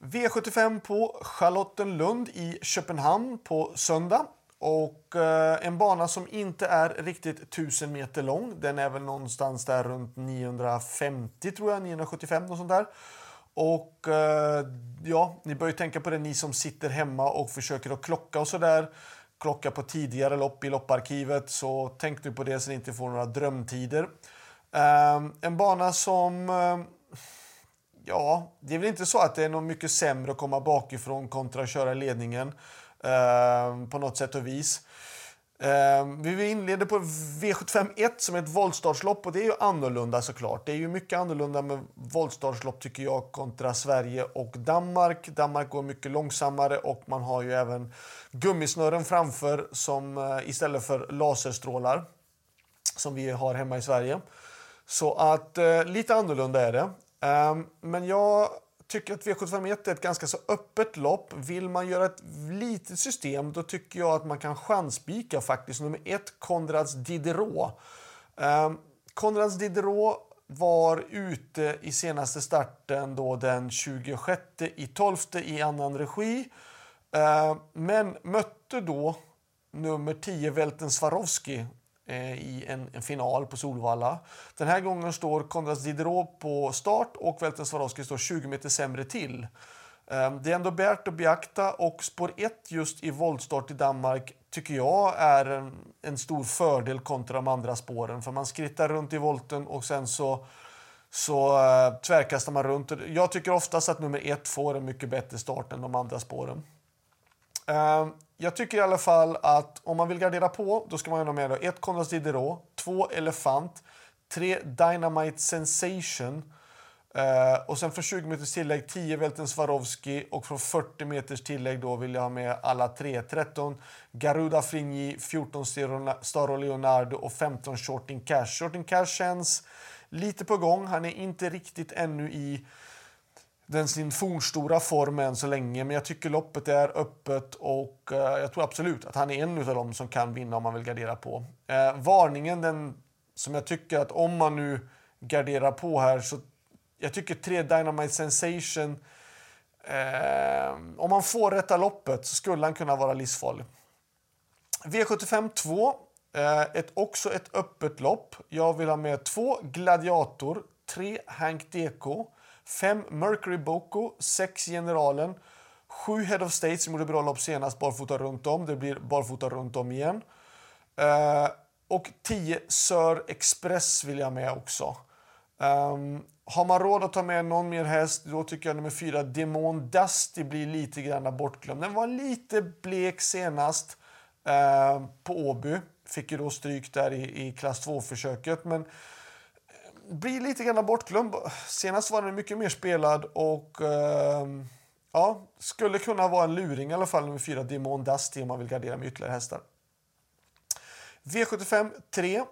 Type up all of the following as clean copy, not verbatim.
V75 på Charlottenlund i Köpenhamn på söndag. Och en bana som inte är riktigt 1000 meter lång. Den är väl någonstans där runt 950 tror jag, 975 och sånt där. Och ja, ni bör ju tänka på det, ni som sitter hemma och försöker att klocka och sådär. Klocka på tidigare lopp i lopparkivet, så tänk nu på det så ni inte får några drömtider. En bana som... Ja, det är väl inte så att det är något mycket sämre att komma bakifrån kontra att köra ledningen på något sätt och vis. Vi inleder på V75-1 som är ett voltstartslopp, och det är ju annorlunda såklart. Det är ju mycket annorlunda med voltstartslopp tycker jag kontra Sverige och Danmark. Danmark går mycket långsammare och man har ju även gummisnören framför som istället för laserstrålar som vi har hemma i Sverige. Så att lite annorlunda är det. Men jag tycker att V75 är ett ganska så öppet lopp. Vill man göra ett litet system, då tycker jag att man kan chansspika faktiskt nummer 1, Konrads Diderot. Konrads Diderot var ute i senaste starten då den 26/12 i annan regi. Men mötte då nummer 10 Velten Swarovski i en final på Solvalla. Den här gången står Konrads Diderot på start och Velten Swarovski står 20 meter sämre till. Det är ändå värt att beakta, och spår 1 just i voltstart i Danmark tycker jag är en stor fördel kontra de andra spåren. För man skrittar runt i volten och sen så tvärkastar man runt. Jag tycker oftast att nummer 1 får en mycket bättre start än de andra spåren. Jag tycker i alla fall att om man vill gardera på, då ska man ha med då 1 Konrads Diderot, 2 Elefant, 3 Dynamite Sensation, och sen för 20 meters tillägg 10 Velten Swarovski, och från 40 meters tillägg då vill jag ha med alla 3, 13 Garuda Frigny, 14 Staro Leonardo och 15 Shorting Cash. Shorting Cash känns lite på gång, han är inte riktigt ännu i sin fornstora form än så länge, men jag tycker loppet är öppet och jag tror absolut att han är en av dem som kan vinna om man vill gardera på. Varningen, den som jag tycker att om man nu garderar på här, så jag tycker 3 Dynamite Sensation, om man får rätta loppet så skulle han kunna vara livsfarlig. V75-2, också ett öppet lopp. Jag vill ha med 2 Gladiator, 3 Hank Deko, 5 Mercury Boko, 6 Generalen, 7 Head of State som gjorde bra lopp senast, barfota runt om. Det blir barfota runt om igen. Och 10 Sir Express vill jag med också. Har man råd att ta med någon mer häst, då tycker jag nummer 4 Demon Dusty blir lite grann bortglömd. Den var lite blek senast på Åby. Fick ju då stryk där i klass 2-försöket, men blir lite grann bortglömd. Senast var den mycket mer spelad och ja, skulle kunna vara en luring i alla fall nummer 4 Demon Dusty om man vill gardera med ytterligare hästar. V75-3.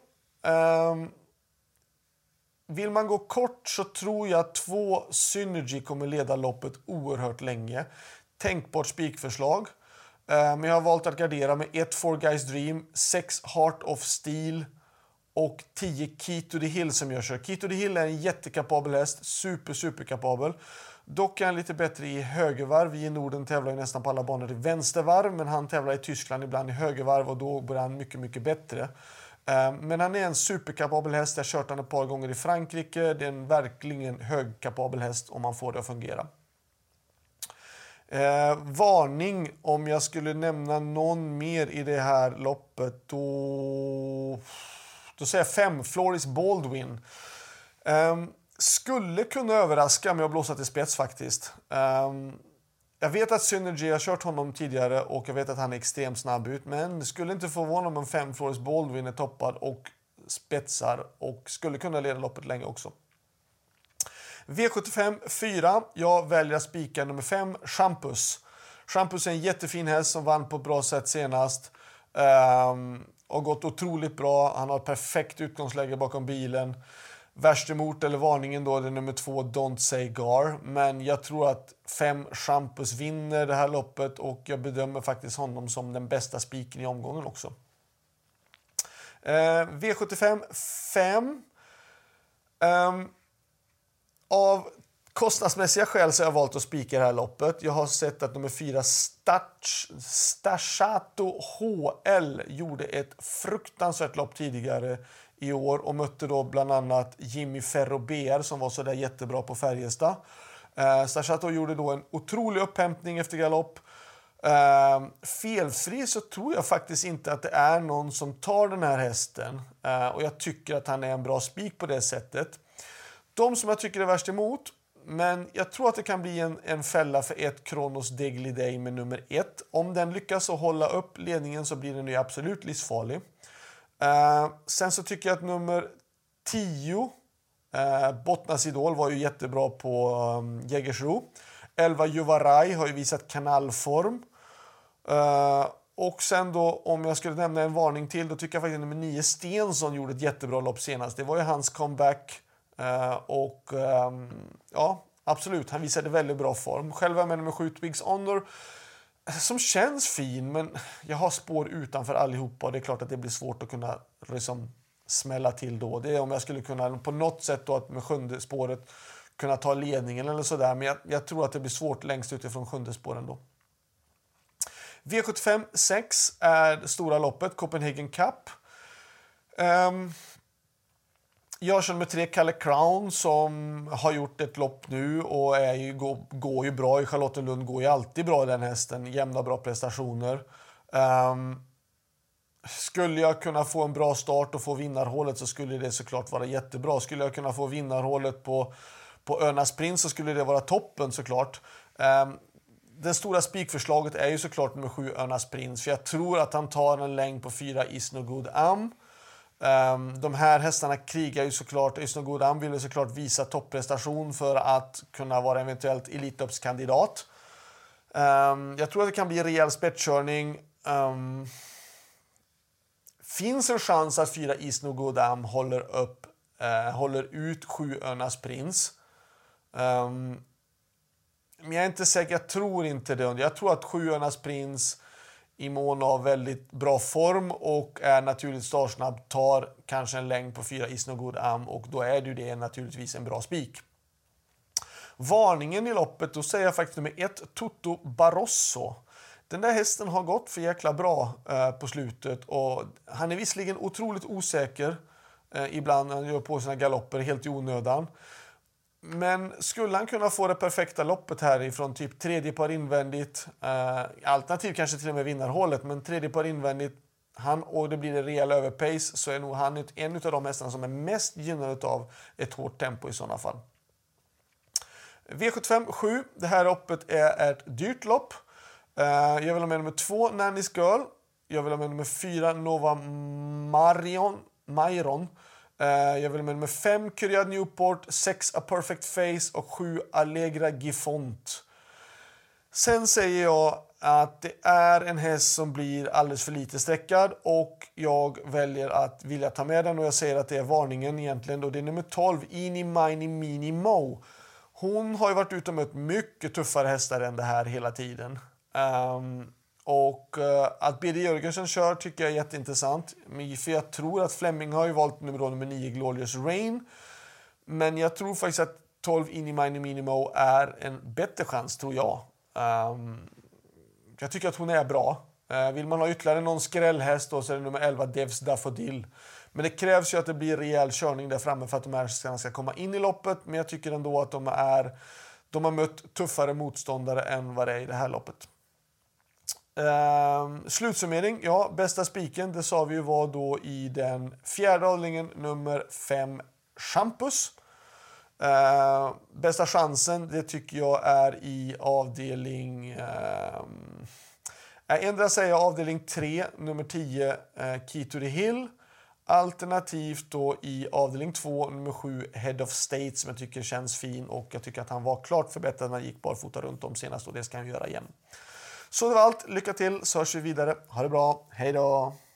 Vill man gå kort så tror jag att 2 Synergy kommer leda loppet oerhört länge. Tänkbart spikförslag. Men jag har valt att gardera med 1 Four Guys Dream, 6 Heart of Steel och 10 Key to the Hill som jag kör. Key to the Hill är en jättekapabel häst, superkapabel. Dock är han lite bättre i högervarv. Vi i Norden tävlar ju nästan på alla banor i vänstervarv, men han tävlar i Tyskland ibland i högervarv och då blir han mycket bättre. Men han är en superkapabel häst. Jag har kört han ett par gånger i Frankrike. Det är en verkligen högkapabel häst om man får det att fungera. Varning, om jag skulle nämna någon mer i det här loppet, då säger jag 5 Floris Baldwin. Skulle kunna överraska med att blåsa till spets faktiskt. Jag vet att Synergy har kört honom tidigare och jag vet att han är extremt snabb ut, men det skulle inte förvåna om en 5 Floris Baldwin är toppad och spetsar och skulle kunna leda loppet länge också. V75-4. Jag väljer att spika nummer 5, Champus. Champus är en jättefin häst som vann på ett bra sätt senast. Och gått otroligt bra. Han har ett perfekt utgångsläge bakom bilen. Värst emot, eller varningen då, det är nummer 2 Don't Say Gar. Men jag tror att 5 Champus vinner det här loppet och jag bedömer faktiskt honom som den bästa spiken i omgången också. V75-5. Av kostnadsmässiga skäl så har jag valt att spika det här loppet. Jag har sett att nummer 4 Stachato HL gjorde ett fruktansvärt lopp tidigare i år och mötte då bland annat Jimmy Ferro BR som var så där jättebra på Färjestad. Stachato gjorde då en otrolig upphämtning efter galopp. Felfri så tror jag faktiskt inte att det är någon som tar den här hästen. Och jag tycker att han är en bra spik på det sättet. De som jag tycker är värst emot, men jag tror att det kan bli en fälla för ett Kronos Degly Day med nummer 1. Om den lyckas att hålla upp ledningen så blir den ju absolut livsfarlig. Sen så tycker jag att nummer 10, Bottnas Idol, var ju jättebra på Jägersro. 11 Juvarai har ju visat kanalform. Och sen då, om jag skulle nämna en varning till, då tycker jag faktiskt att nummer 9 Stensson gjorde ett jättebra lopp senast. Det var ju hans comeback. Ja, absolut, han visade väldigt bra form. Själv är med nummer 7 Twigs Honor som känns fin, men jag har spår utanför allihopa och det är klart att det blir svårt att kunna liksom smälla till då. Det är om jag skulle kunna på något sätt då att med 7:e spåret kunna ta ledningen eller sådär, men jag tror att det blir svårt längst utifrån 7:e spåren då. V75 6 är det stora loppet, Copenhagen Cup. Jag känner med 3 Kalle Crown som har gjort ett lopp nu och går ju bra i Charlottenlund, går ju alltid bra i den hästen, jämna bra prestationer. Skulle jag kunna få en bra start och få vinnarhålet så skulle det såklart vara jättebra. Skulle jag kunna få vinnarhålet på Örnas Prins så skulle det vara toppen såklart. Det stora spikförslaget är ju såklart nummer 7 Örnas Prins, för jag tror att han tar en längd på 4 Is No Good Am. De här hästarna krigar ju såklart. Is No Good Am vill ju såklart visa topprestation för att kunna vara eventuellt elitloppskandidat. Jag tror att det kan bli rejäl spetskörning. Finns en chans att 4 Is No Good Am håller ut 7 Örnas Prins. Men jag är inte säker, jag tror inte det. Jag tror att 7 Örnas Prins i mån av väldigt bra form och är naturligt startsnabb tar kanske en längd på 4 Is No Good Am och då är det naturligtvis en bra spik. Varningen i loppet, då säger jag faktiskt nummer 1 Toto Barroso. Den där hästen har gått för jäkla bra på slutet och han är visserligen otroligt osäker ibland när han gör på sina galopper helt i onödan. Men skulle han kunna få det perfekta loppet härifrån typ tredje par invändigt, alternativ kanske till och med vinnarhålet, men tredje par invändigt, och det blir en rejäl överpace, så är nog han en av de hästarna som är mest gynnad av ett hårt tempo i sådana fall. V75 7, det här loppet är ett dyrt lopp. Jag vill ha med nummer 2 Nanny's Girl. Jag vill ha med nummer 4 Nova Myron. Jag vill med nummer 5 Kyriad Newport, 6 A Perfect Face och 7 Allegra Gifont. Sen säger jag att det är en häst som blir alldeles för lite sträckad och jag väljer att vilja ta med den och jag säger att det är varningen egentligen och det är nummer 12 Eeny Miny Miny Mo. Hon har ju varit ute och mött mycket tuffare hästar än det här hela tiden. Och att B.D. Jörgensen kör tycker jag är jätteintressant. För jag tror att Fleming har ju valt nummer 9 Glorious Rain. Men jag tror faktiskt att 12 Eeny Miny Miny Mo är en bättre chans, tror jag. Jag tycker att hon är bra. Vill man ha ytterligare någon skrällhäst då, så är det nummer 11 Devs Daffodil. Men det krävs ju att det blir rejäl körning där framme för att de här ska komma in i loppet. Men jag tycker ändå att de har mött tuffare motståndare än vad det är i det här loppet. Slutsummering, ja, bästa spiken, det sa vi ju var då i den fjärde avdelningen nummer 5 Champus. Bästa chansen, det tycker jag är i avdelning ändra säga avdelning 3 nummer 10 Key to the Hill, alternativt då i avdelning 2 nummer 7 Head of State, som jag tycker känns fin och jag tycker att han var klart förbättrad när han gick barfota runt om senast och det ska han göra igen. Så det var allt, lycka till, så hörs vi vidare, ha det bra, hej då!